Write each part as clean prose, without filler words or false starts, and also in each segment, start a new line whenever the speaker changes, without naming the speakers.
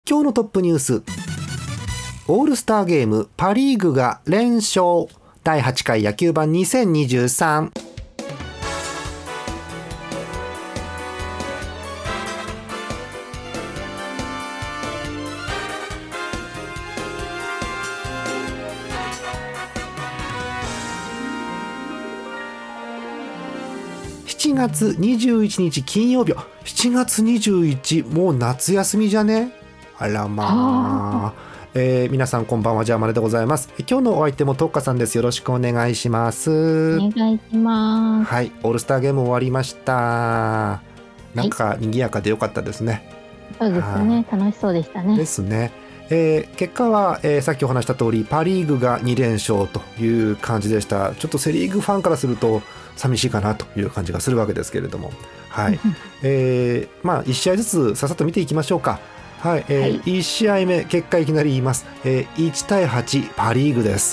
今日のトップニュース、オールスターゲームパリーグが連勝、第8回野球盤2023。7月21日金曜日、7月21、もう夏休みじゃね。あらまあ、皆さんこんばんは、ジャーマネでございます。今日のお相手もトッカさんです。よろしくお願いします。
お願いします。
はい、オールスターゲーム終わりました。なんか賑やかでよかったですね。
そうですね、楽しそうでしたね。
ですね。結果は、さっきお話した通りパリーグが2連勝という感じでした。ちょっとセリーグファンからすると寂しいかなという感じがするわけですけれども、はい。まあ1試合ずつささっと見ていきましょうか。はい。1試合目結果いきなり言います。1対8パリーグです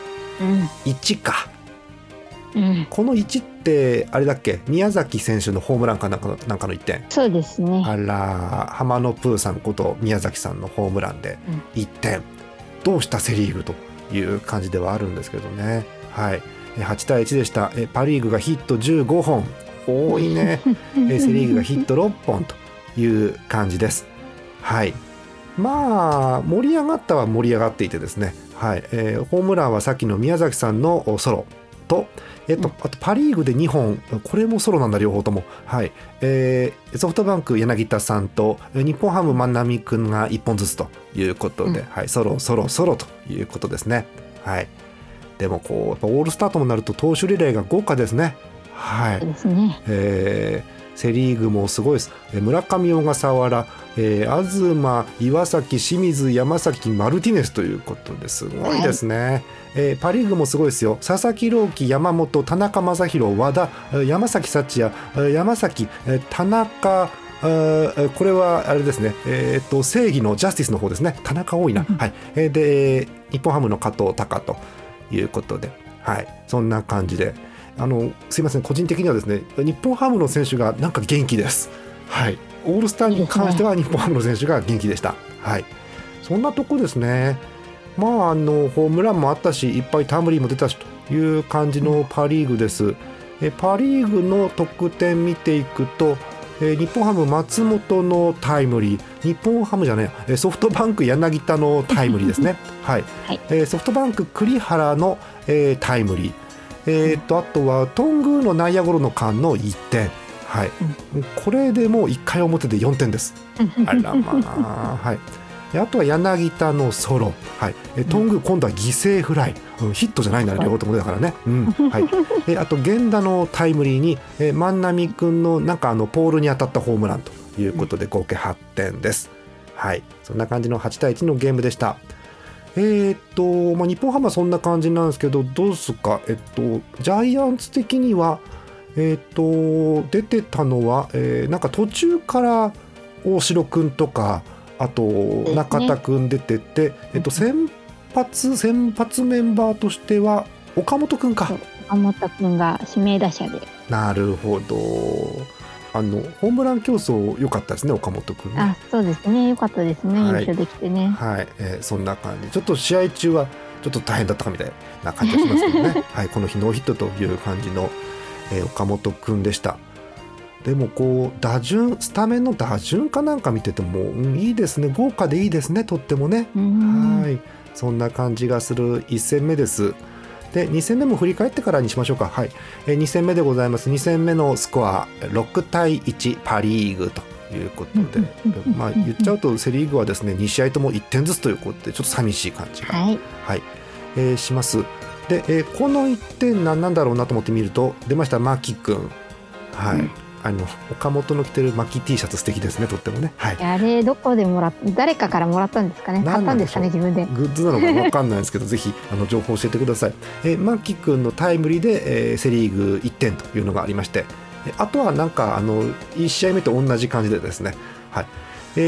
。1か。この1ってあれだっけ、宮崎選手のホームランかなんかの1点。
そうですね。
あら、浜野プーさんこと宮崎さんのホームランで1点、どうしたセリーグという感じではあるんですけどね。はい、8対1でした。パリーグがヒット15本、多いね。セリーグがヒット6本という感じです。はい、まあ盛り上がったは盛り上がっていてですね、はい。ホームランはさっきの宮崎さんのソロと、あとパリーグで2本、これもソロなんだ両方とも。はい。ソフトバンク柳田さんと日本ハム万波くんが1本ずつということで、はい、ソロということですね。はい。でもこうやっぱオールスターともなると投手リレーが豪華ですね。はい。
そうですね。
セリーグもすごいです。村上、小笠原、東、岩崎、清水、山崎、マルティネスということですごいですね。パリーグもすごいですよ。佐々木朗希、山本、田中将大、和田、山崎福也、山崎、田中、これはあれですね、正義のジャスティスの方ですね。田中多いな。はい。で日本ハムの加藤隆ということで、はい、そんな感じで、すいません、個人的にはですね、日本ハムの選手がなんか元気です。はい。オールスターに関しては日本ハムの選手が元気でした。はい。そんなとこですね。まあホームランもあったし、いっぱいタイムリーも出たしという感じのパリーグです。パリーグの得点見ていくと、日本ハム松本のタイムリー、日本ハムじゃない、ソフトバンク柳田のタイムリーですね。はい。ソフトバンク栗原の、タイムリー、あとは頓宮の内野ゴロの間の1点。はい。これでもう1回表で4点です。あらまあ。はい。あとは柳田のソロ、はい。頓宮今度は犠牲フライ、ヒットじゃないんだね、両方ともだからね。はい。あと源田のタイムリーに、万波君のなんかポールに当たったホームランということで合計8点です。はい。そんな感じの8対1のゲームでした。まあ、日本ハムはそんな感じなんですけど、どうすか。ジャイアンツ的には出てたのは、なんか途中から大城君とか、あと中田君出てて、先発メンバーとしては岡本君か。
岡本君が指名打者で。
なるほど。ホームラン競争良かったですね、岡本君、ね。
あ、そうですね、良かったですね、優勝できてね。
はい。そんな感じ。ちょっと試合中はちょっと大変だったかみたいな感じがしますけどね。はい。この日ノーヒットという感じの、岡本君でした。でもこうスタメンの打順かなんか見てても、いいですね、豪華でいいですね、とってもね。はい。そんな感じがする1戦目です。で2戦目も振り返ってからにしましょうか。はい。2戦目でございます。2戦目のスコア6対1パリーグということで、まあ言っちゃうとセリーグはですね2試合とも1点ずつということで、ちょっと寂しい感じが、はいします。で、この1点何なんだろうなと思って見ると、出ました牧くん。はい。岡本の着てる牧 T シャツ素敵ですね、とってもね。はい。
あれどこで誰かからもらったんですかね。買ったんですかね、自分で。
グッズなのか分かんないですけどぜひ情報教えてください。牧くんのタイムリーで、セリーグ1点というのがありまして、あとはなんか1試合目と同じ感じでですね、はい。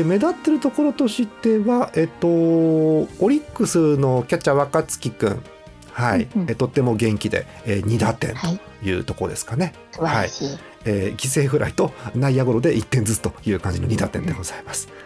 目立ってるところとしては、オリックスのキャッチャー若月くん、はい。とっても元気で、2打点というところですかね。
素晴らしい。
犠牲フライと内野ゴロで1点ずつという感じの2打点でございます。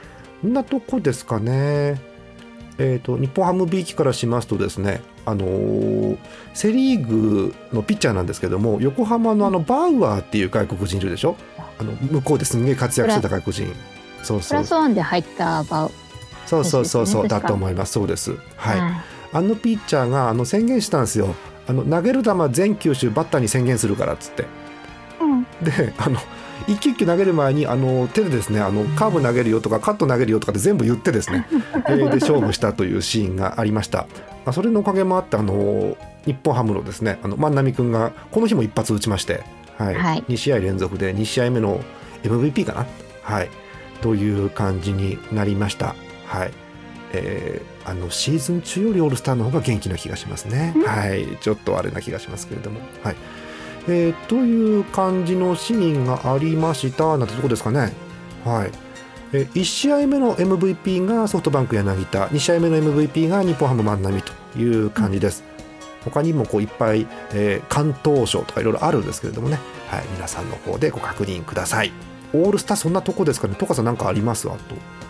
こんなとこですかね。日本ハム B 期からしますとですね、セリーグのピッチャーなんですけども、横浜のバウアーっていう外国人いるでしょ。向こうですんげえ活躍してた外国人。そうそう、
プラスワンで入ったバウ、
そうそうそうそう、
ですね
だと思います。そうです、はい、
はい
ピッチャーが宣言したんですよ。投げる球全球種バッターに宣言するからっつって。で一球一球投げる前に手でですねカーブ投げるよとかカット投げるよとかって全部言ってですねで勝負したというシーンがありました。それのおかげもあって日本ハムのですね万波君がこの日も一発打ちまして、はい
はい、
2試合連続で2試合目の MVP かな、はい、という感じになりました。はい、シーズン中よりオールスターの方が元気な気がしますね。はい、ちょっとあれな気がしますけれども、はい、という感じのシーンがありましたなんてとこですかね。はい、1試合目の MVP がソフトバンク柳田、2試合目の MVP が日本ハム万波という感じです。他にもいっぱい、関東賞とかいろいろあるんですけれどもね、はい、皆さんの方でご確認ください。オールスターそんなとこですかね。トカさんなんかあります？あと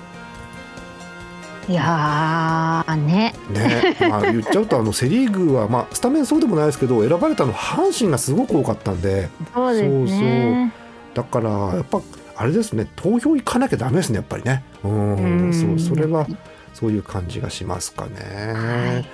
いやーね
言っちゃうとセリーグは、スタメンそうでもないですけど選ばれたの阪神がすごく多かったんで、
そうですね。
だからやっぱあれですね、投票行かなきゃダメですね、やっぱりね。それはそういう感じがしますかね。
はい、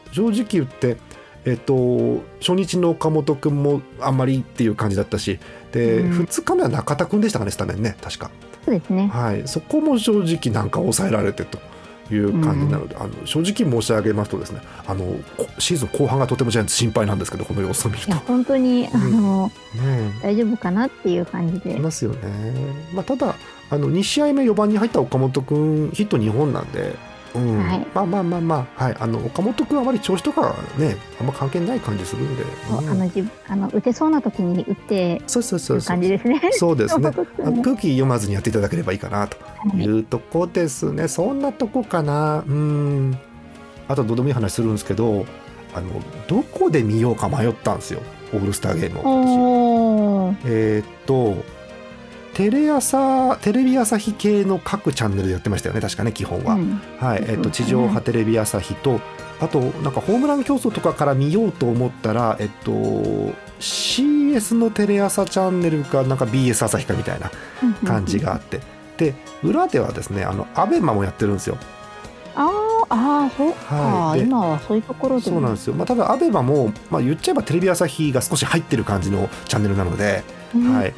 正直言って初日の岡本君もあんまりっていう感じだったし、で、2日目は中田君でしたかね、スタメンね、確か。
そうですね、
はい、そこも正直なんか抑えられてという感じなので、正直申し上げますとですねシーズン後半がとてもジャイアンツ心配なんですけど、この様子を見ると。
いや本当に大丈夫かなっていう感じで
いますよね。ただ2試合目4番に入った岡本君ヒット2本なんで、はい、はい、岡本君はあまり調子とかねあんま関係ない感じするんで、
打てそうな時に打ってる感じですね。
そうですね空気読まずにやっていただければいいかなというとこですね。そんなとこかな。あとどうでもいい話するんですけどどこで見ようか迷ったんですよ、オールスターゲームを今年。テレビ朝日系の各チャンネルでやってましたよね、確かね、基本は。はい、地上波テレビ朝日と、あとなんかホームラン競争とかから見ようと思ったら、CS のテレ朝チャンネルかなんか BS 朝日かみたいな感じがあって、で裏ではですねアベマもやってるんですよ。
そうか、はい、今はそういうところで。
そうなんですよ。ただアベマも、言っちゃえばテレビ朝日が少し入ってる感じのチャンネルなので、はい、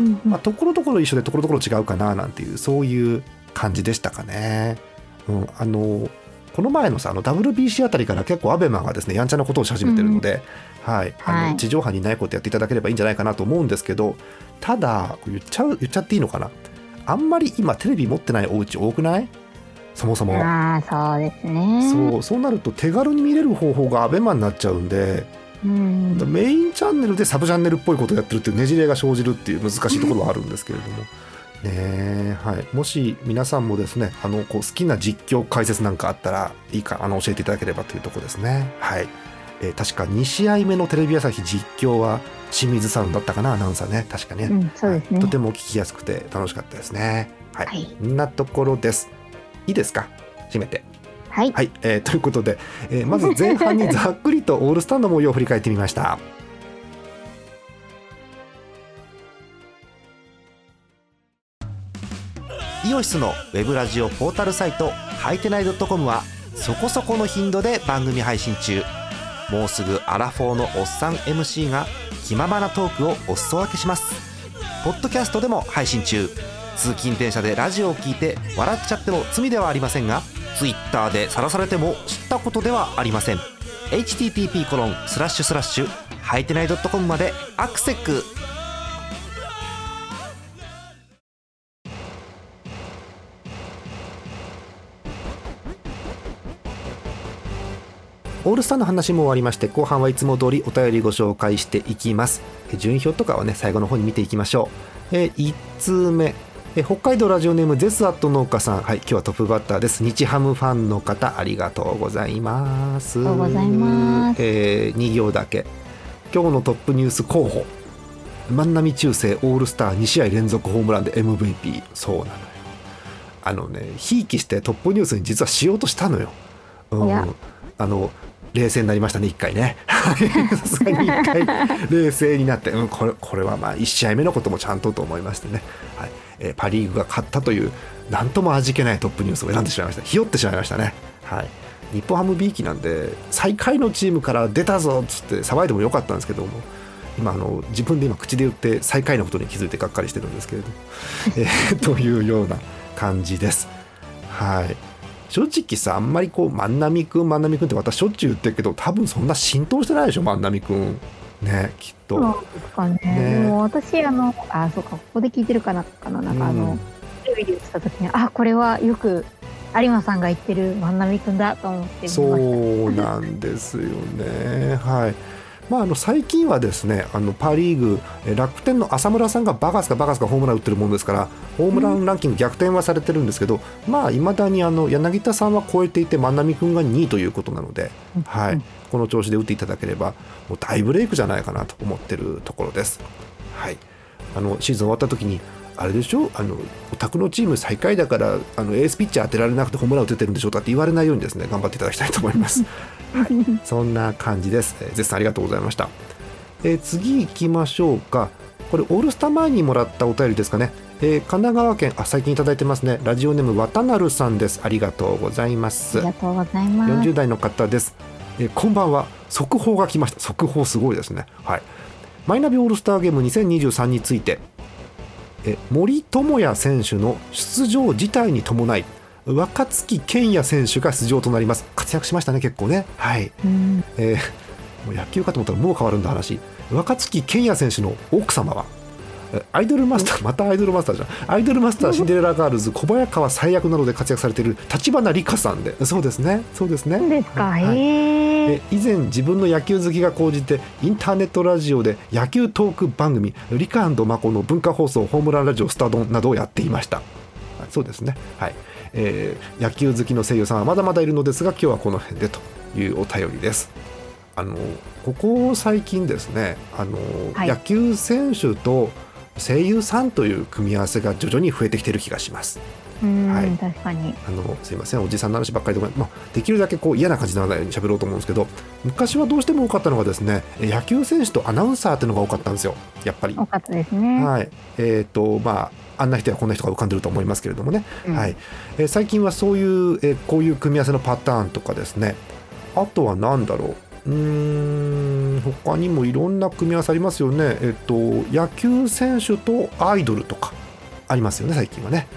ところどころ一緒でところどころ違うかななんていう、そういう感じでしたかね。この前のさWBC あたりから結構アベマがですねやんちゃなことをし始めてるので、地上波にないことやっていただければいいんじゃないかなと思うんですけど、ただ言っちゃっていいのかな、あんまり今テレビ持ってないお家多くない？そもそも。
そうですね。
そうなると手軽に見れる方法がアベマになっちゃうんで、メインチャンネルでサブチャンネルっぽいことをやってるっていうねじれが生じるっていう難しいところはあるんですけれどもね、はい、もし皆さんもですね好きな実況解説なんかあったらいいか教えていただければというところですね。はい、確か2試合目のテレビ朝日実況は清水さんだったかな、アナウンサーね、確かね。
そうですね、
とても聞きやすくて楽しかったですね。はい、こんなところです。いいですか、締めて。はい、ということで、まず前半にざっくりとオールスターの模様を振り返ってみました。イオシスのウェブラジオポータルサイトはいてない .com はそこそこの頻度で番組配信中。もうすぐアラフォーのおっさん MC が気ままなトークをお裾分けします。ポッドキャストでも配信中。通勤電車でラジオを聞いて笑っちゃっても罪ではありませんが、ツイッターで晒されても知ったことではありません。 http:// はいてない .com までアクセック。オールスターの話も終わりまして、後半はいつも通りお便りご紹介していきます。順位表とかはね最後の方に見ていきましょう。1通目、北海道ラジオネームゼスアット農家さん、はい、今日はトップバッターです。日ハムファンの方ありがとうございます。
ありがとうございます。
2行だけ、今日のトップニュース候補、万波中正オールスター2試合連続ホームランで MVP。 そうなのよ、 ひいきしてトップニュースに実はしようとしたのよ。冷静になりましたね、1回ね。さすがに1回冷静になって、これはまあ1試合目のこともちゃんとと思いましてね、パ・リーグが勝ったというなんとも味気ないトップニュースを選んでしまいました。ひよってしまいましたね。日本ハム B 期なんで最下位のチームから出たぞっつって騒いでもよかったんですけども、今自分で今口で言って最下位のことに気づいてがっかりしてるんですけれどというような感じです。正直さ、あんまり万波くんって私しょっちゅう言ってるけど、多分そんな浸透してないでしょ、万波くんね、きっと。
そうですかね。でも私そうか、ここで聞いてるかな、テレビで言ってた時にこれはよく有馬さんが言ってる万波くんだと思って見ました。
そうなんですよね。最近はですね、パ・リーグ楽天の浅村さんがバカスカホームラン打ってるもんですから、ホームランランキング逆転はされてるんですけど、いまだに柳田さんは超えていて万波君が2位ということなので、この調子で打っていただければもう大ブレイクじゃないかなと思ってるところです。シーズン終わった時にあれでしょ、お宅のチーム最下位だからエースピッチャー当てられなくてホームラン打ててるんでしょうかって言われないようにですね、頑張っていただきたいと思います。そんな感じです。絶賛ありがとうございました。次行きましょうか。これオールスター前にもらったお便りですかね。神奈川県最近いただいてますね。ラジオネーム渡成さんです。ありがとうございます。
ありがとうございます。
40代の方です。こんばんは。速報が来ました。速報すごいですね。マイナビオールスターゲーム2023について、森友哉選手の出場辞退に伴い若月健也選手が出場となります。活躍しましたね、結構ね。もう野球かと思ったらもう変わるんだ話。若月健也選手の奥様はアイドルマスター、またアイドルマスターじゃん。アイドルマスターシンデレラガールズ小早川最悪などで活躍されている橘理香さんで、そうですね。
そうですか。
以前自分の野球好きが高じてインターネットラジオで野球トーク番組リカ&マコの文化放送ホームランラジオスタドンなどをやっていました。そうですね。野球好きの声優さんはまだまだいるのですが、今日はこの辺でというお便りです。ここ最近ですね、野球選手と声優さんという組み合わせが徐々に増えてきている気がします。
確かに。
すいません、おじさんの話ばっかりで、できるだけ嫌な感じにならないように喋ろうと思うんですけど、昔はどうしても多かったのがですね、野球選手とアナウンサーっていうのが多かったんですよ、やっぱり。
多かったですね。
あんな人やこんな人が浮かんでると思いますけれどもね。最近はそういう、こういう組み合わせのパターンとかですね。あとは何だろう、他にもいろんな組み合わせありますよね。野球選手とアイドルとかありますよね、最近はね。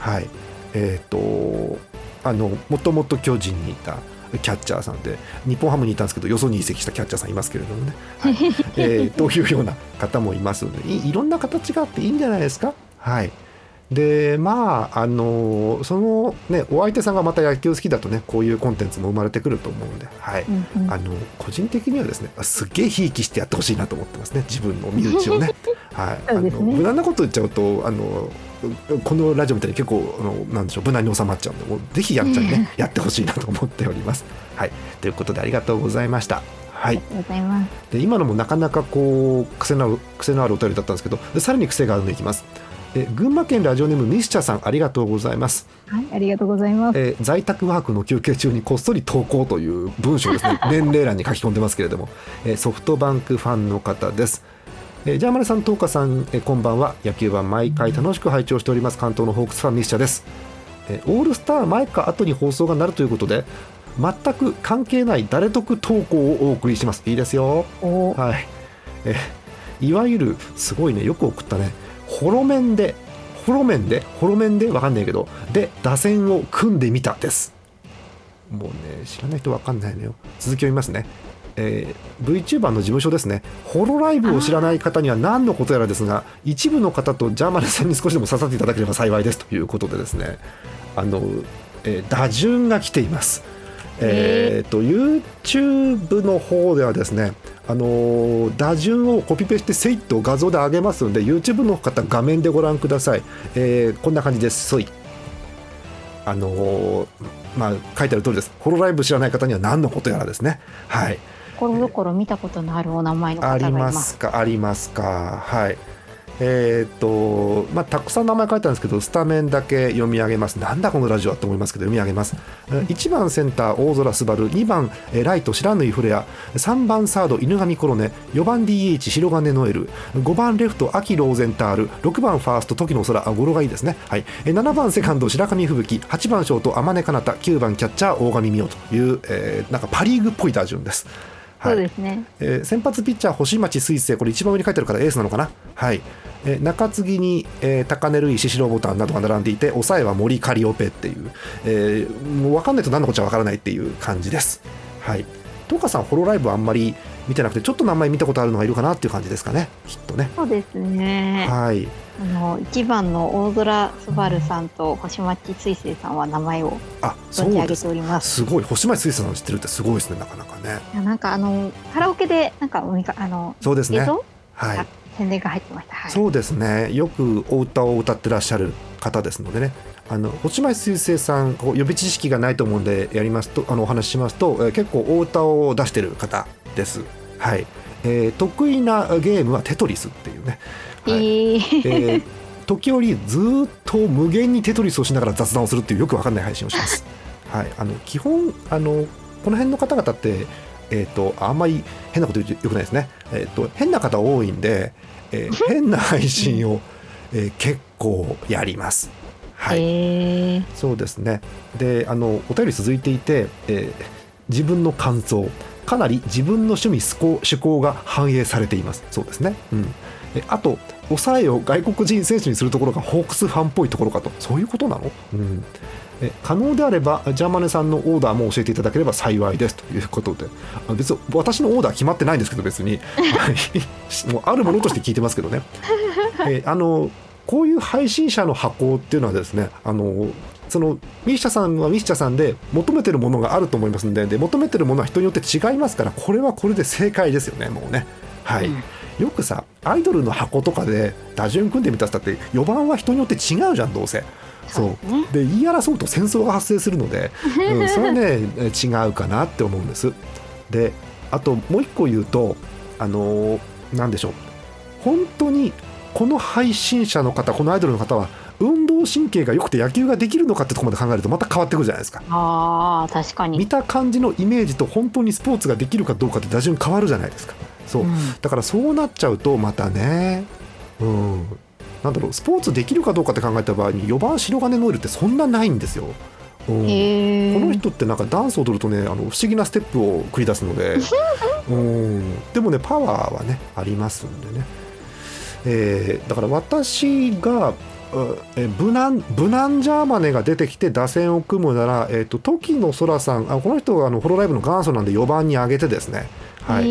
もともと巨人にいたキャッチャーさんで、日本ハムにいたんですけどよそに移籍したキャッチャーさんいますけれどもね、というような方もいますので、いろんな形があっていいんじゃないですか。でそのね、お相手さんがまた野球好きだとね、こういうコンテンツも生まれてくると思うんで、個人的にはですね、すっげえひいきしてやってほしいなと思ってますね、自分の身内をね。無難なこと言っちゃうとこのラジオみたいに結構なんでしょう、無難に収まっちゃうんで、もうぜひやっちゃんにねやってほしいなと思っております。ということでありがとうございました。
ありがとうございます。
で今のもなかなか癖のあるお便りだったんですけど、さらに癖があるのいきます。群馬県ラジオネームミスチャさん、ありがとうございます。
ありがとうございます。
在宅ワークの休憩中にこっそり投稿という文章ですね年齢欄に書き込んでますけれども、ソフトバンクファンの方です。ジャーマネさん、トーカさん、こんばんは。野球版毎回楽しく拝聴しております関東のホークスファンミスチャです。オールスター前か後に放送がなるということで、全く関係ない誰得投稿をお送りします。いいですよ。いわゆるすごいね、よく送ったね、ホロメンでわかんないけどで打線を組んでみたです。もうね、知らない人わかんないのよ。続きを読みますね。VTuber の事務所ですね。ホロライブを知らない方には何のことやらですが、一部の方とジャーマネさんに少しでも刺さっていただければ幸いですということでですね、打順が来ています。YouTube の方ではですね、打順をコピペしてセイッと画像で上げますので、 YouTube の方画面でご覧ください。こんな感じです。書いてある通りです。ホロライブ知らない方には何のことやらですね。ところどころ見たことのあるお名前の方がいます。ありますか。 たくさん名前書いてあるんですけど、スタメンだけ読み上げます。なんだこのラジオはと思いますけど読み上げます。1番センター大空すばる、2番ライト白縫フレア、3番サード犬神コロネ、4番 DH 白金ノエル、5番レフト秋ローゼンタール、6番ファースト時の空、語呂がいいですね、はい、7番セカンド白神吹雪、8番ショート天音かなた、9番キャッチャー大神美桜という、なんかパリーグっぽい打順です。
そうですね。
先発ピッチャー星町彗星、これ一番上に書いてあるからエースなのかな。はい。中継ぎに、高根塁、宍戸ボタンなどが並んでいて、抑えは森カリオペっていう、もう分かんないと何のこっちゃ分からないっていう感じです。はい。東花さんホロライブあんまり見てなくて、ちょっと名前見たことあるのがいるかなっていう感じですかね、きっとね。
そうですね。
はい。
1番の大空すばるさんと星町彗星さんは名前を存じ上げております。
すごい、星町彗星さん知ってるってすごいですね、なかなかね。
いや、なんかカラオケでなんか
そうですね、
映像、
はい、
宣伝が入ってました、はい、
そうですね、よくお歌を歌ってらっしゃる方ですのでね、星町彗星さん、予備知識がないと思うんでやりますと、お話ししますと、結構お歌を出してる方です。はい。得意なゲームはテトリスっていうね、はい、時折ずっと無限にテトリスをしながら雑談をするっていうよく分かんない配信をします。はい、基本この辺の方々って、あんまり変なこと言うとよくないですね。変な方多いんで、変な配信を、結構やります。はい、そうですね。で、お便り続いていて、自分の感想、かなり自分の趣味趣向が反映されています。そうですね。うん。あと抑えを外国人選手にするところがホークスファンっぽいところかと、そういうことなの？うん。可能であればジャーマネさんのオーダーも教えていただければ幸いですということで、別に私のオーダー決まってないんですけど、別にもうあるものとして聞いてますけどね。こういう配信者の箱っていうのはですね、そのミッシャさんはミッシャさんで求めてるものがあると思いますんで、求めてるものは人によって違いますから、これはこれで正解ですよね、もうね。はい、よくさアイドルの箱とかで打順組んでみたって4番は人によって違うじゃん、どうせ。そうで言い争うと戦争が発生するので、それはね違うかなって思うんです。で、あともう一個言うと、なんでしょう、本当にこの配信者の方、このアイドルの方は運動神経が良くて野球ができるのかってところまで考えるとまた変わってくるじゃないですか。
確かに
見た感じのイメージと本当にスポーツができるかどうかって打順変わるじゃないですか。そう、だからそうなっちゃうとまたね、なんだろう、スポーツできるかどうかって考えた場合に4番白金ノエルってそんなないんですよ。この人ってなんかダンス踊るとね、不思議なステップを繰り出すのででもねパワーはねありますんでね。だから私が無難ジャーマネが出てきて打線を組むなら、時の空さん、この人がホロライブの元祖なんで4番に上げてですね、はい、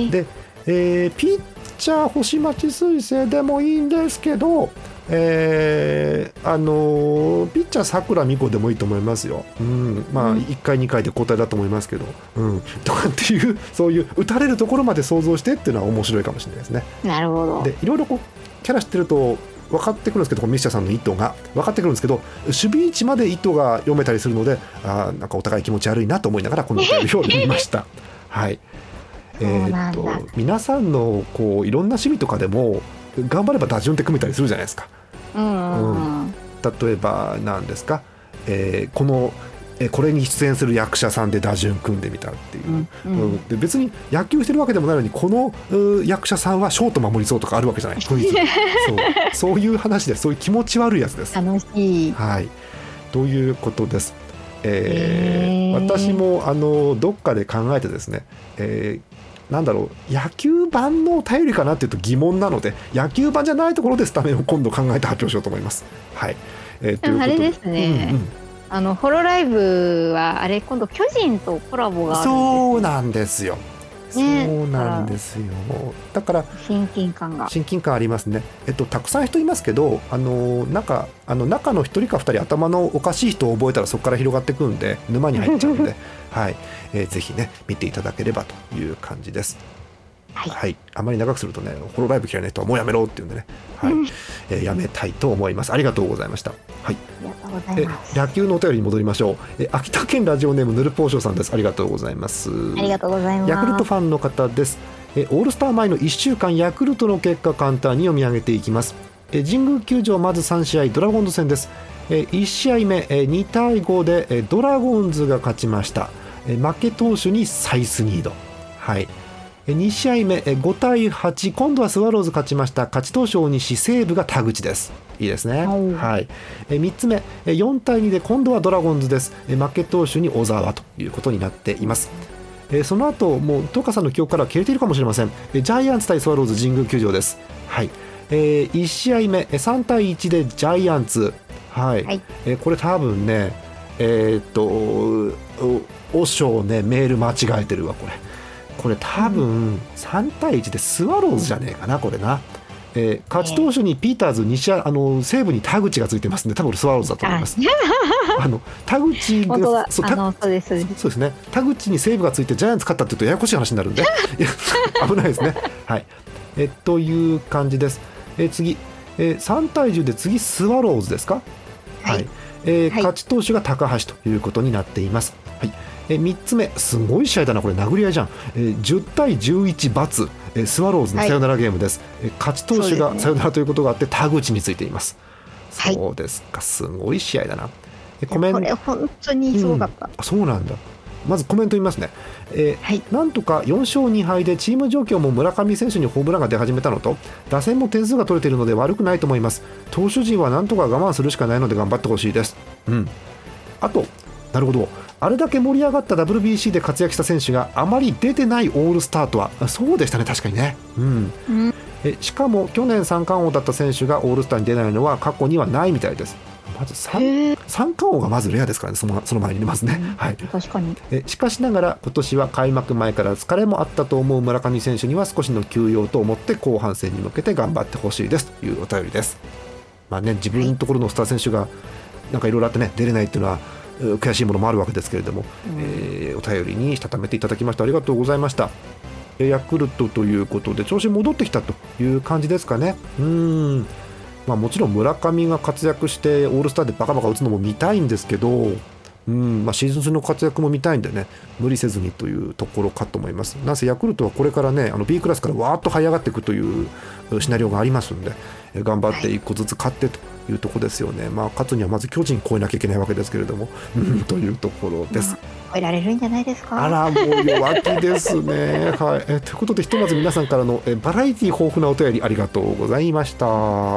で、ピッチャー星町彗星でもいいんですけど、ピッチャーさくらみこでもいいと思いますよ。まあ1回2回で交代だと思いますけど、とかっていうそういう打たれるところまで想像してっていうのは面白いかもしれないですね。
なるほど。
でいろいろこうキャラ知ってると分かってくるんですけど、このミッシャさんの意図が分かってくるんですけど、守備位置まで意図が読めたりするので、なんかお互い気持ち悪いなと思いながらこのお便りを読みました。はい。皆さんのこういろんな趣味とかでも頑張れば打順って組めたりするじゃないですか。例えば何ですか、これに出演する役者さんで打順組んでみたっていう、で別に野球してるわけでもないのにこの役者さんはショート守りそうとかあるわけじゃない、クイズそういう話です。そういう気持ち悪いやつです。
楽しい、
はい、ということです。私もどっかで考えてですね、なんだろう、野球版の頼りかなっていうと疑問なので、野球版じゃないところでスタメンを今度考えて発表しようと思います。はい。
あれですね、ホロライブはあれ今度巨人とコラボがあるんです。
そうなんですよ。そうなんですよ。だから
親近感
ありますね。たくさん人いますけど、中の一人か二人頭のおかしい人を覚えたらそこから広がっていくんで沼に入っちゃうんではい、ぜひね見ていただければという感じです。
はい、
あまり長くするとね、ホロライブ嫌いな人はもうやめろって言うんでね、やめたいと思います。ありがとうございました。
ありがとうございます。
野球のお便りに戻りましょう。秋田県ラジオネームぬるぽうしょうさんです。ありがとうございます。
ありがとうございます。
ヤクルトファンの方です。オールスター前の1週間ヤクルトの結果簡単に読み上げていきます。神宮球場まず3試合ドラゴンズ戦です。1試合目2対5でドラゴンズが勝ちました。負け投手にサイスニード、2試合目5対8、今度はスワローズ勝ちました。勝ち投手大西、西武が田口です。いいですね。3つ目4対2で今度はドラゴンズです。負け投手に小沢ということになっています。その後もうトカさんの記憶からは消えているかもしれません。ジャイアンツ対スワローズ神宮球場です。1試合目3対1でジャイアンツ、これ多分ねオショねメール間違えてるわ。これ多分3対1でスワローズじゃねえかなこれな。勝ち投手にピーターズ西武に田口がついてますんで多分スワローズだと思います。田口がそうですね、田口に西武がついてジャイアンツ勝ったっていうとややこしい話になるんで危ないですね。という感じです。次、3対10で次スワローズですか。勝ち投手が高橋ということになっています。3つ目すごい試合だなこれ、殴り合いじゃん。10対11罰スワローズのサヨナラゲームです。勝ち投手がサヨナラということがあって田口についています。そうですか、すごい試合だな。
これ本当にすごかった。
そうなんだ。まずコメント見ますね。なんとか4勝2敗でチーム状況も村上選手にホームランが出始めたのと打線も点数が取れているので悪くないと思います。投手陣はなんとか我慢するしかないので頑張ってほしいです。あとなるほど、あれだけ盛り上がった WBC で活躍した選手があまり出てないオールスターとはそうでしたね、確かにね。しかも去年三冠王だった選手がオールスターに出ないのは過去にはないみたいです。まず三冠王がまずレアですからね、その前にいますね。
確かに。
しかしながら今年は開幕前から疲れもあったと思う村上選手には少しの休養と思って後半戦に向けて頑張ってほしいですというお便りです。自分のところのスター選手がなんかいろいろあってね出れないっていうのは悔しいものもあるわけですけれども、お便りにしたためていただきましてありがとうございました。ヤクルトということで調子戻ってきたという感じですかね。もちろん村上が活躍してオールスターでバカバカ打つのも見たいんですけど、シーズン中の活躍も見たいんでね無理せずにというところかと思います。なんせヤクルトはこれからねB クラスからわーっと這い上がっていくというシナリオがありますんで、頑張って1個ずつ勝ってというところですよね。勝つにはまず巨人超えなきゃいけないわけですけれども、というところです。
超えられるんじゃないですか。
あらもう弱気ですね。ということでひとまず皆さんからのバラエティ豊富なお便りありがとうございました。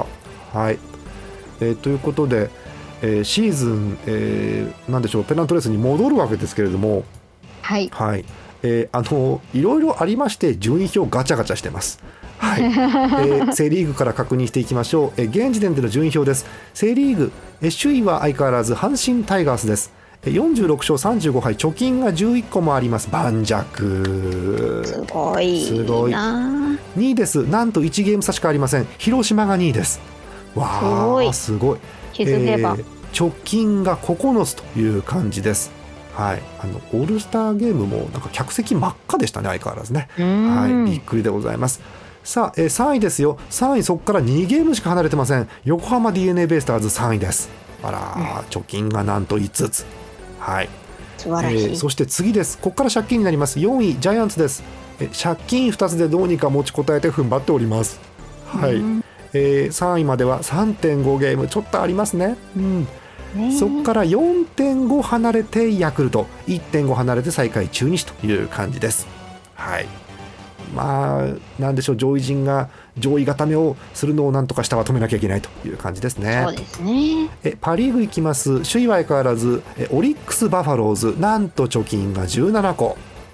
ということで、シーズン、なんでしょうペナントレースに戻るわけですけれども、いろいろありまして順位表ガチャガチャしてます。セリーグから確認していきましょう。現時点での順位表です。セリーグ、首位は相変わらず阪神タイガースです。46勝35敗貯金が11個もあります。盤石
すごいな。
2位です。なんと1ゲーム差しかありません。広島が2位です。わーすごい。直近が9つという感じです。オールスターゲームもなんか客席真っ赤でしたね、相変わらずね。びっくりでございます。さあ、3位ですよ。3位そこから2ゲームしか離れてません。横浜 DNA ベイスターズ3位です。貯金がなんと5つ。
素晴らしい。
そして次です。ここから借金になります。4位ジャイアンツです。借金2つでどうにか持ちこたえて踏ん張っております。3位までは 3.5 ゲームちょっとありますね。そこから 4.5 離れてヤクルト 1.5 離れて最下位中日という感じです。なんでしょう、上位陣が上位固めをするのをなんとか下は止めなきゃいけないという感じですね。
そうですね。
パリーグいきます。首位は相変わらずオリックスバファローズ、なんと貯金が17個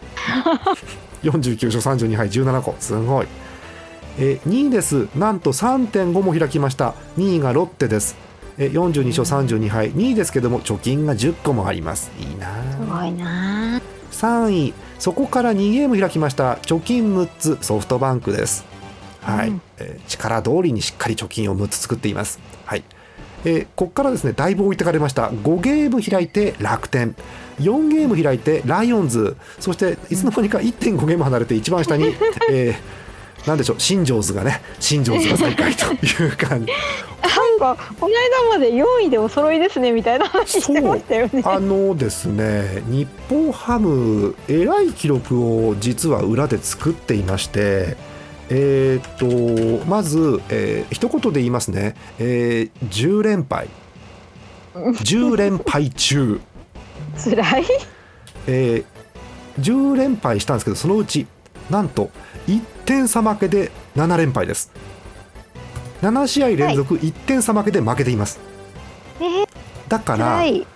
49勝32敗17個、すごい。2位です。なんと 3.5 も開きました。2位がロッテです。42勝32敗2位ですけども貯金が10個もあります。いいな、
すごいな。
3位そこから2ゲーム開きました。貯金6つソフトバンクです。力通りにしっかり貯金を6つ作っています。 ここからですねだいぶ置いてかれました。5ゲーム開いて楽天、4ゲーム開いてライオンズ、そしていつの間にか 1.5 ゲーム離れて一番下に、なんでしょう、新庄図が最下位という感じ。
なんかこの間まで4位でお揃いですねみたいな話してましたよね。
ですね、日本ハムえらい記録を実は裏で作っていまして、まず、一言で言いますね、10連敗中
つらい、
10連敗したんですけど、そのうちなんと1点差負けで7連敗です。7試合連続1点差負けで負けています。だから日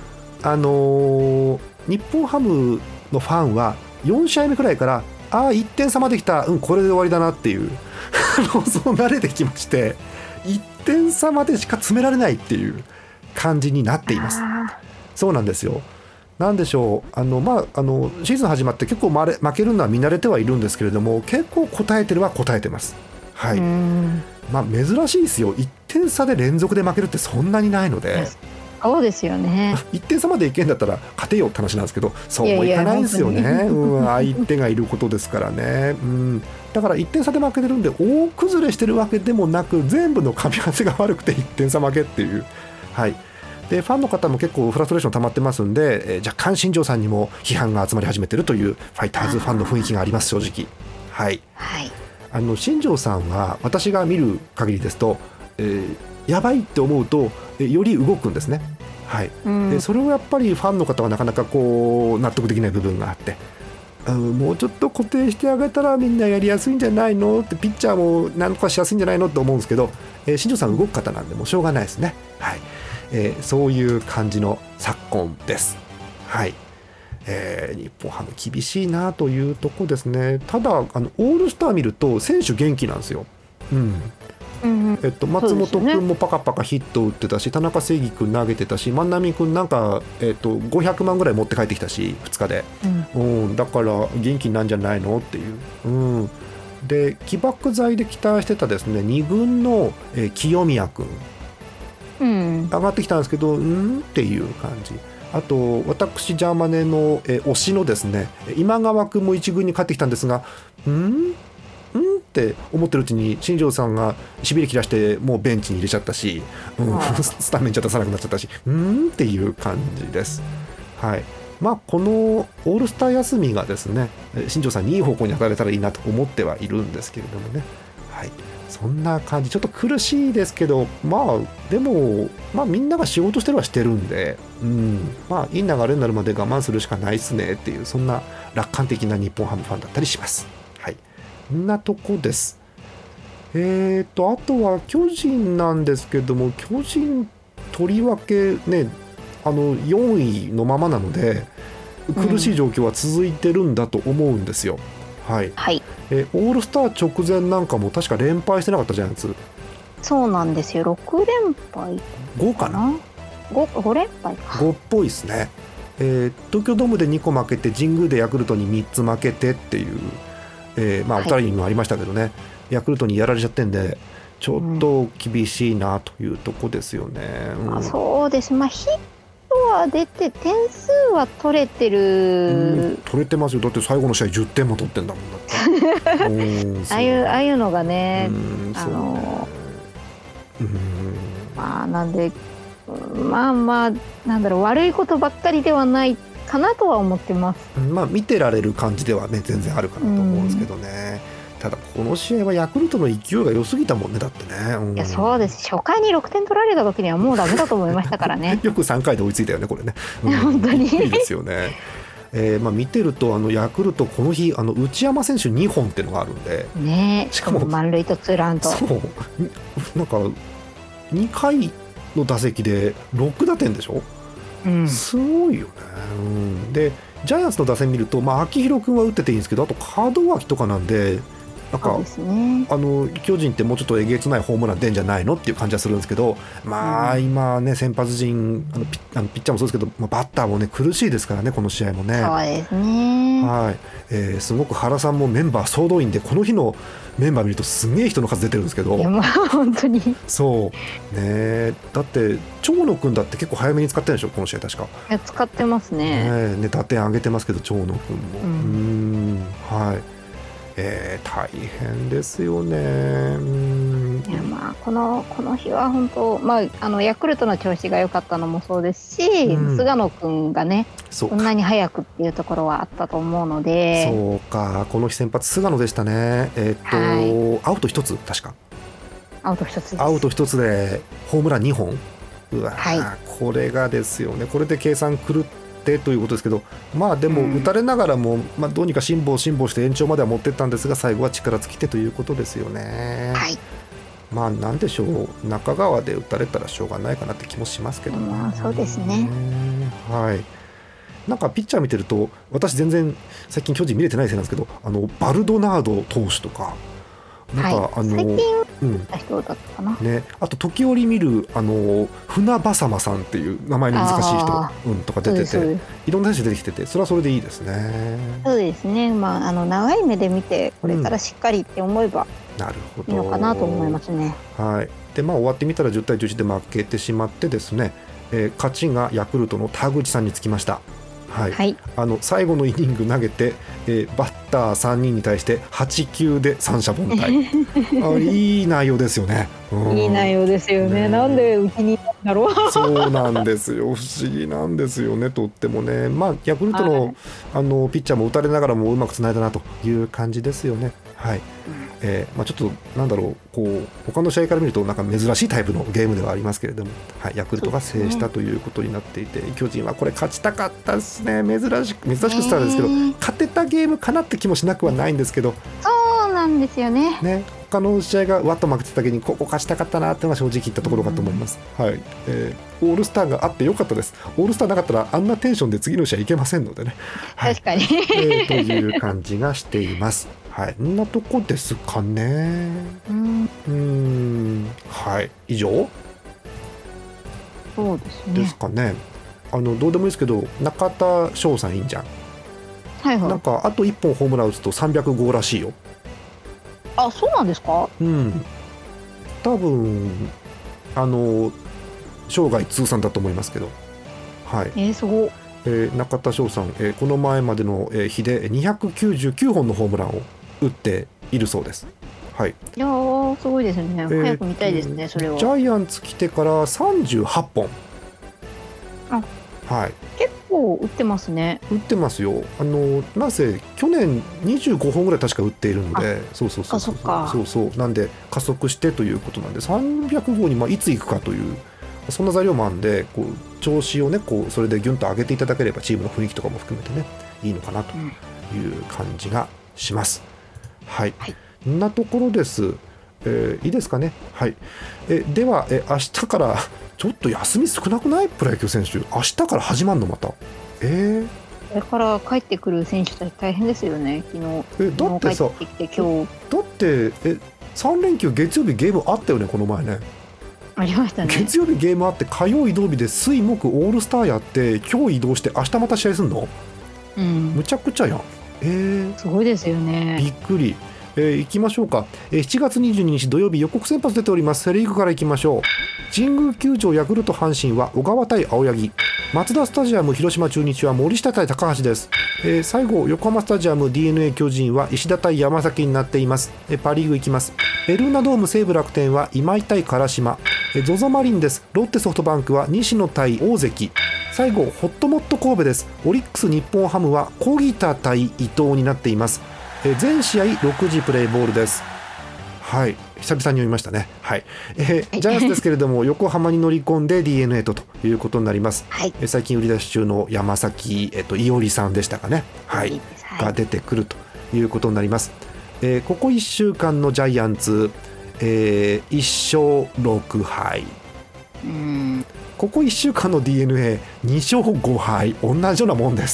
本ハムのファンは4試合目くらいから1点差まできた、これで終わりだなっていうそう慣れてきまして、1点差までしか詰められないっていう感じになっています。そうなんですよ。なんでしょう、シーズン始まって結構負けるのは見慣れてはいるんですけれども、結構答えてるは答えてます。はい。珍しいですよ。1点差で連続で負けるってそんなにないので。
そうですよね。
1点差までいけんだったら勝てよって話なんですけど、そうもいかないんですよね。相手がいることですからね。だから1点差で負けてるんで大崩れしてるわけでもなく、全部の噛み合わせが悪くて1点差負けっていう。はい。でファンの方も結構フラストレーション溜まってますんで、若干新庄さんにも批判が集まり始めてるというファイターズファンの雰囲気があります、正直。はい。新庄さんは私が見る限りですと、やばいって思うとより動くんですね。はい。でそれをやっぱりファンの方はなかなかこう納得できない部分があって、もうちょっと固定してあげたらみんなやりやすいんじゃないのって、ピッチャーも何とかしやすいんじゃないのって思うんですけど、新庄さん動く方なんでもうしょうがないですね。はい。そういう感じの昨今です。はい。日本ハム厳しいなというとこですね。ただオールスター見ると選手元気なんですよ。松本君もパカパカヒット打ってたし、田中正義君投げてたし、万波君なんか、500万ぐらい持って帰ってきたし2日で、だから元気なんじゃないのっていう。で起爆剤で期待してたですね2軍の、清宮君、上がってきたんですけどっていう感じ。あと私ジャーマネの、推しのですね今川君も1軍に帰ってきたんですが、って思ってるうちに新庄さんがしびれ切らしてもうベンチに入れちゃったし、スタメンじゃ出さなくなっちゃったしっていう感じです。はい。このオールスター休みがですね新庄さんにいい方向に働いたらいいなと思ってはいるんですけれどもね。はい。そんな感じ、ちょっと苦しいですけど、でも、みんなが仕事してるはしてるんで、いい流れになるまで我慢するしかないっすねっていう、そんな楽観的な日本ハムファンだったりします。はい。こんなとこです。あとは巨人なんですけども、巨人とりわけね、4位のままなので、苦しい状況は続いてるんだと思うんですよ。はい。オールスター直前なんかも確か連敗してなかったジャイアンツ。
そうなんですよ。6連敗
5かな。
5連敗か。
5っぽいですね。東京ドームで2個負けて、神宮でヤクルトに3つ負けてっていう、お二人にもありましたけどね、ヤクルトにやられちゃってんでちょっと厳しいなというとこですよね。
そうです。ヒットは出て点数は取れてる、
取れてますよ。だって最後の試合10点も取ってんだもん。だってああ
いうのがね、なんでなんだろう、悪いことばっかりではないかなとは思ってます。
見てられる感じではね全然あるかなと思うんですけどね。ただこの試合はヤクルトの勢いが良すぎたもんね。だってね、
いやそうです。初回に6点取られた時にはもうダメだと思いましたからね
よく3回で追いついたよねこれね。
本当に
いいですよね。見てるとヤクルトこの日内山選手2本っていうのがあるんで、
しかも満塁とツーランと、
そうなんか2回の打席で6打点でしょ。すごいよね。でジャイアンツの打線見ると、秋広君は打ってていいんですけど、あと門脇とかなんでなんか
そうですね。
巨人ってもうちょっとえげつないホームラン出んじゃないのっていう感じはするんですけど、まあ今ね先発陣ピッチャーもそうですけど、バッターもね苦しいですからね、この試合もね。
そうですね。
はい、すごく原さんもメンバー総動員で、この日のメンバー見るとすげえ人の数出てるんですけど、
いやまあ本当に。
そうね、だって長野くんだって結構早めに使ってるんでしょこの試合確か。
いや使ってますね。
ね、打点上げてますけど長野くんも、はい、大変ですよね。
いやまあこの日は本当、ヤクルトの調子が良かったのもそうですし、菅野君がねこんなに早くっていうところはあったと思うので。
そうか、この日先発菅野でしたね。アウト1つ確か。
アウト1つです。
アウト1つでホームラン2本。うわ、
はい、
これがですよね。これで計算狂ってということですけど、まあでも打たれながらも、どうにか辛抱して延長までは持ってったんですが、最後は力尽きてということですよね。
はい、
まあなんでしょう、中川で打たれたらしょうがないかなって気もしますけど、
そうですね。
はい。なんかピッチャー見てると、私全然最近巨人見れてないせいなんですけど、バルドナード投手とかなんか、
最近打った人だったかな、
ね、あと時折見る船場様さんっていう名前の難しい人、とか出てて、いろんな選手出てきてて、それはそれでいいですね。
そうですね、長い目で見てこれからしっかりって思えばいいのかなと思いますね。
はい。で終わってみたら10対11で負けてしまってですね、勝ちがヤクルトの田口さんにつきました。はいはい、最後のイニング投げて、バッター3人に対して8球で三者凡退いい内容ですよね。
いい内容ですよね。なんでうちにいたんだろう
そうなんですよ、不思議なんですよね、とってもね。ヤクルトの、ピッチャーも打たれながらもうまくつないだなという感じですよね。はい。ちょっとなんだろう、他の試合から見るとなんか珍しいタイプのゲームではありますけれども、はい、ヤクルトが制したということになっていて、巨人はこれ勝ちたかったですね。珍しくしたんですけど、勝てたゲームかなって気もしなくはないんですけど、
そうなんですよね。
他の試合がわっと負けてただけにここ勝ちたかったなっていうのが正直言ったところかと思います。はい。オールスターがあってよかったです。オールスターなかったらあんなテンションで次の試合いけませんのでね。
はい、確かに、
という感じがしています。はい、こんなとこですかね。はい、以上。
そうですね。
ですかね。どうでもいいですけど、中田翔さんいいんじゃん。
はいはい。
なんかあと1本ホームラン打つと300号らしいよ。
あ、そうなんですか。
多分生涯通算だと思いますけど。はい。
すごい。
中田翔さん、この前までの日で299本のホームランを打っているそうです。はい。
いやーすごいですね。早く見たいですね、それは。
ジャイアンツ来てから38本。はい。
結構打ってますね。
打ってますよ。なぜ去年25本ぐらい確か打っているので、そうなんで加速してということなんで、300号にいつ行くかというそんな材料もあるんで、調子をねそれでギュンと上げていただければチームの雰囲気とかも含めてねいいのかなという感じがします。はい。こんなところです。いいですかね。はい。では、明日からちょっと休み少なくない？プロ野球選手明日から始まるのまた。こ
れから帰ってくる選手たち大変ですよね。昨日
だってさ、
帰ってきて今日
だって3連休月曜日ゲームあったよね、この前ね。
ありましたね。
月曜日ゲームあって、火曜移動日で水木オールスターやって、今日移動して明日また試合すんの？むちゃくちゃやん。
すごいですよね。
びっくり。行きましょうか。7月22日土曜日予告先発出ております。セリーグから行きましょう。神宮球場ヤクルト阪神は小川対青柳、マツダスタジアム広島中日は森下対高橋です。最後横浜スタジアム DNA 巨人は石田対山崎になっています。パリーグ行きます。ベルーナドーム西武楽天は今井対唐島、ZOZO マリンです。ロッテソフトバンクは西野対大関、最後ホットモット神戸です。オリックス日本ハムは小木田対伊藤になっています。全試合6時プレイボールです。はい、久々に読みましたね。はい。ジャイアンツですけれども横浜に乗り込んで DNA ということになります。
はい、
最近売り出し中の山崎、伊織さんでしたかね。はい、が出てくるということになります。ここ1週間のジャイアンツ、1勝6敗。ここ1週間の DNA2 勝5敗、同じようなもんです。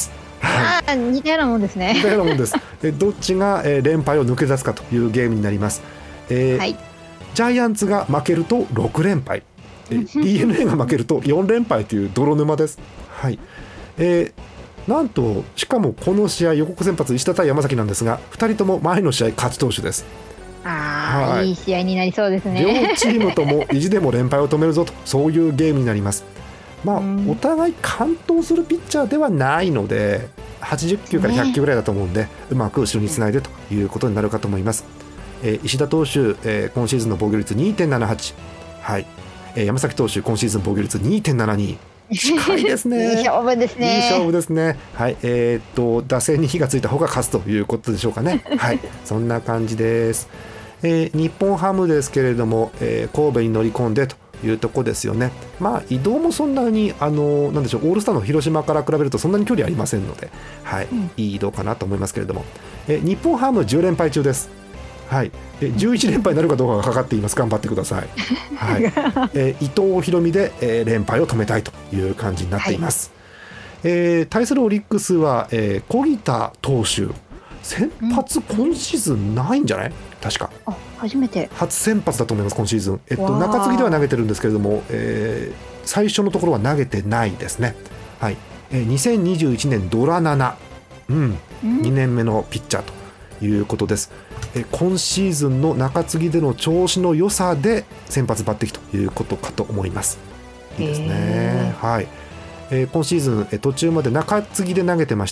似たようなもんですね。
似たようなもんです。どっちが連敗を抜け出すかというゲームになります。
はい、
ジャイアンツが負けると6連敗、DNA が負けると4連敗という泥沼です。はい。なんとしかもこの試合予告先発石田対山崎なんですが、2人とも前の試合勝ち投手です。
はい、いい試合になりそうですね。
両チームとも意地でも連敗を止めるぞと、そういうゲームになります。お互い完投するピッチャーではないので80球から100球ぐらいだと思うんで、うまく後ろにつないでということになるかと思います。石田投手、今シーズンの防御率 2.78、はい。山崎投手今シーズン防御率 2.72、近いですね。
いい勝負ですね。
いい勝負ですね。はい。打線に火がついた方が勝つということでしょうかね。はい。そんな感じです。日本ハムですけれども、神戸に乗り込んでというところですよね。移動もそんなになんでしょう、オールスターの広島から比べるとそんなに距離ありませんので、はい。いい移動かなと思いますけれども、日本ハム10連敗中です。はい。11連敗になるかどうかがかかっています。頑張ってください。はい。伊藤大海で、連敗を止めたいという感じになっています。対するオリックスは、小木田投手先発今シーズンないんじゃない？確か
初めて
初先発だと思います今シーズン。中継ぎでは投げてるんですけれども、最初のところは投げてないですね。はい。2021年ドラ7、2年目のピッチャーということです。今シーズンの中継ぎでの調子の良さで先発抜擢ということかと思います。いいですね。はい。今シーズン途中まで中継ぎで投げてまして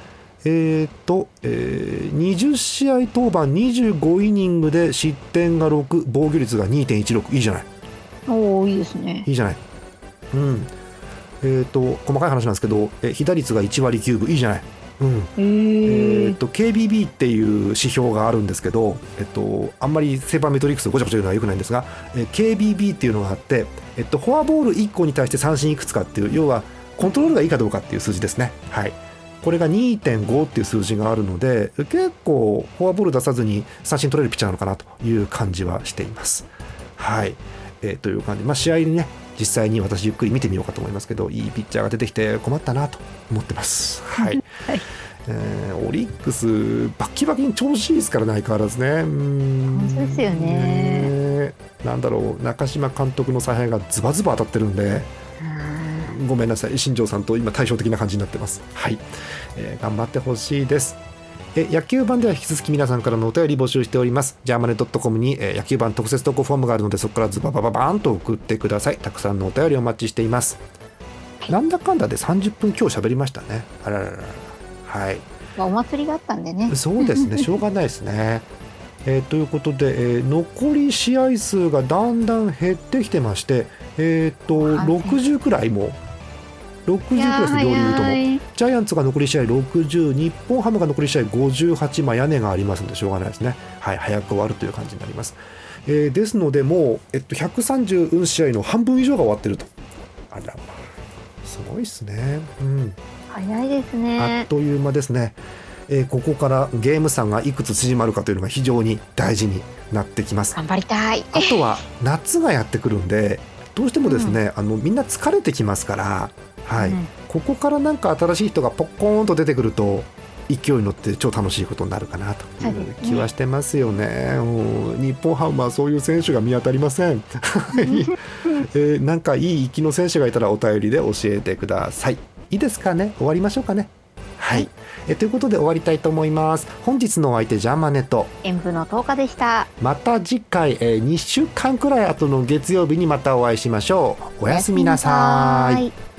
、20試合登板25イニングで失点が6、防御率が 2.16、いいじゃない。
おー、いいですね。
いいじゃない。細かい話なんですけど、被打率が1割9分、いいじゃない。KBB っていう指標があるんですけど、あんまりセーバーメトリックスごちゃごちゃ言うのは良くないんですが、KBB っていうのがあって、フォアボール1個に対して三振いくつかっていう、要はコントロールがいいかどうかっていう数字ですね。はい。これが 2.5 っていう数字があるので、結構フォアボール出さずに三振取れるピッチャーなのかなという感じはしています。はい。という感じ、試合にね実際に私ゆっくり見てみようかと思いますけど、いいピッチャーが出てきて困ったなと思ってます。はい。はい。オリックスバッキバキに調子いいですからね、相変わらずね。
本当ですよね。
なんだろう、中島監督の采配がズバズバ当たってるんで、ごめんなさい、新庄さんと今対照的な感じになってます。はい。頑張ってほしいです。野球版では引き続き皆さんからのお便り募集しております。ジャーマネ .com に、野球版特設投稿フォームがあるので、そこからズババババーンと送ってください。たくさんのお便りお待ちしています。なんだかんだで30分今日喋りましたね。あらららら。はい。
お祭りがあったんでね。
そうですね、しょうがないですね。ということで、残り試合数がだんだん減ってきてまして、60くらいも60くらいです、両リーグとも。ジャイアンツが残り試合60、日本ハムが残り試合58、屋根がありますのでしょうがないですね。はい、早く終わるという感じになります。ですのでもう、130試合の半分以上が終わってると。あら、すごいですね。
早いですね。
あっという間ですね。ここからゲーム差がいくつ縮まるかというのが非常に大事になってきます。
頑張りたい。
あとは夏がやってくるんで、どうしてもですね、みんな疲れてきますから、はい。ここからなんか新しい人がポッコーンと出てくると勢いに乗って超楽しいことになるかなという気はしてますよね。日本ハムはそういう選手が見当たりません。なんかいい息の選手がいたらお便りで教えてください。いいですかね、終わりましょうかね。はい。ということで終わりたいと思います。本日のお相手ジャーマネと
演舞の10日でした。
また次回、2週間くらい後の月曜日にまたお会いしましょう。おやすみなさい。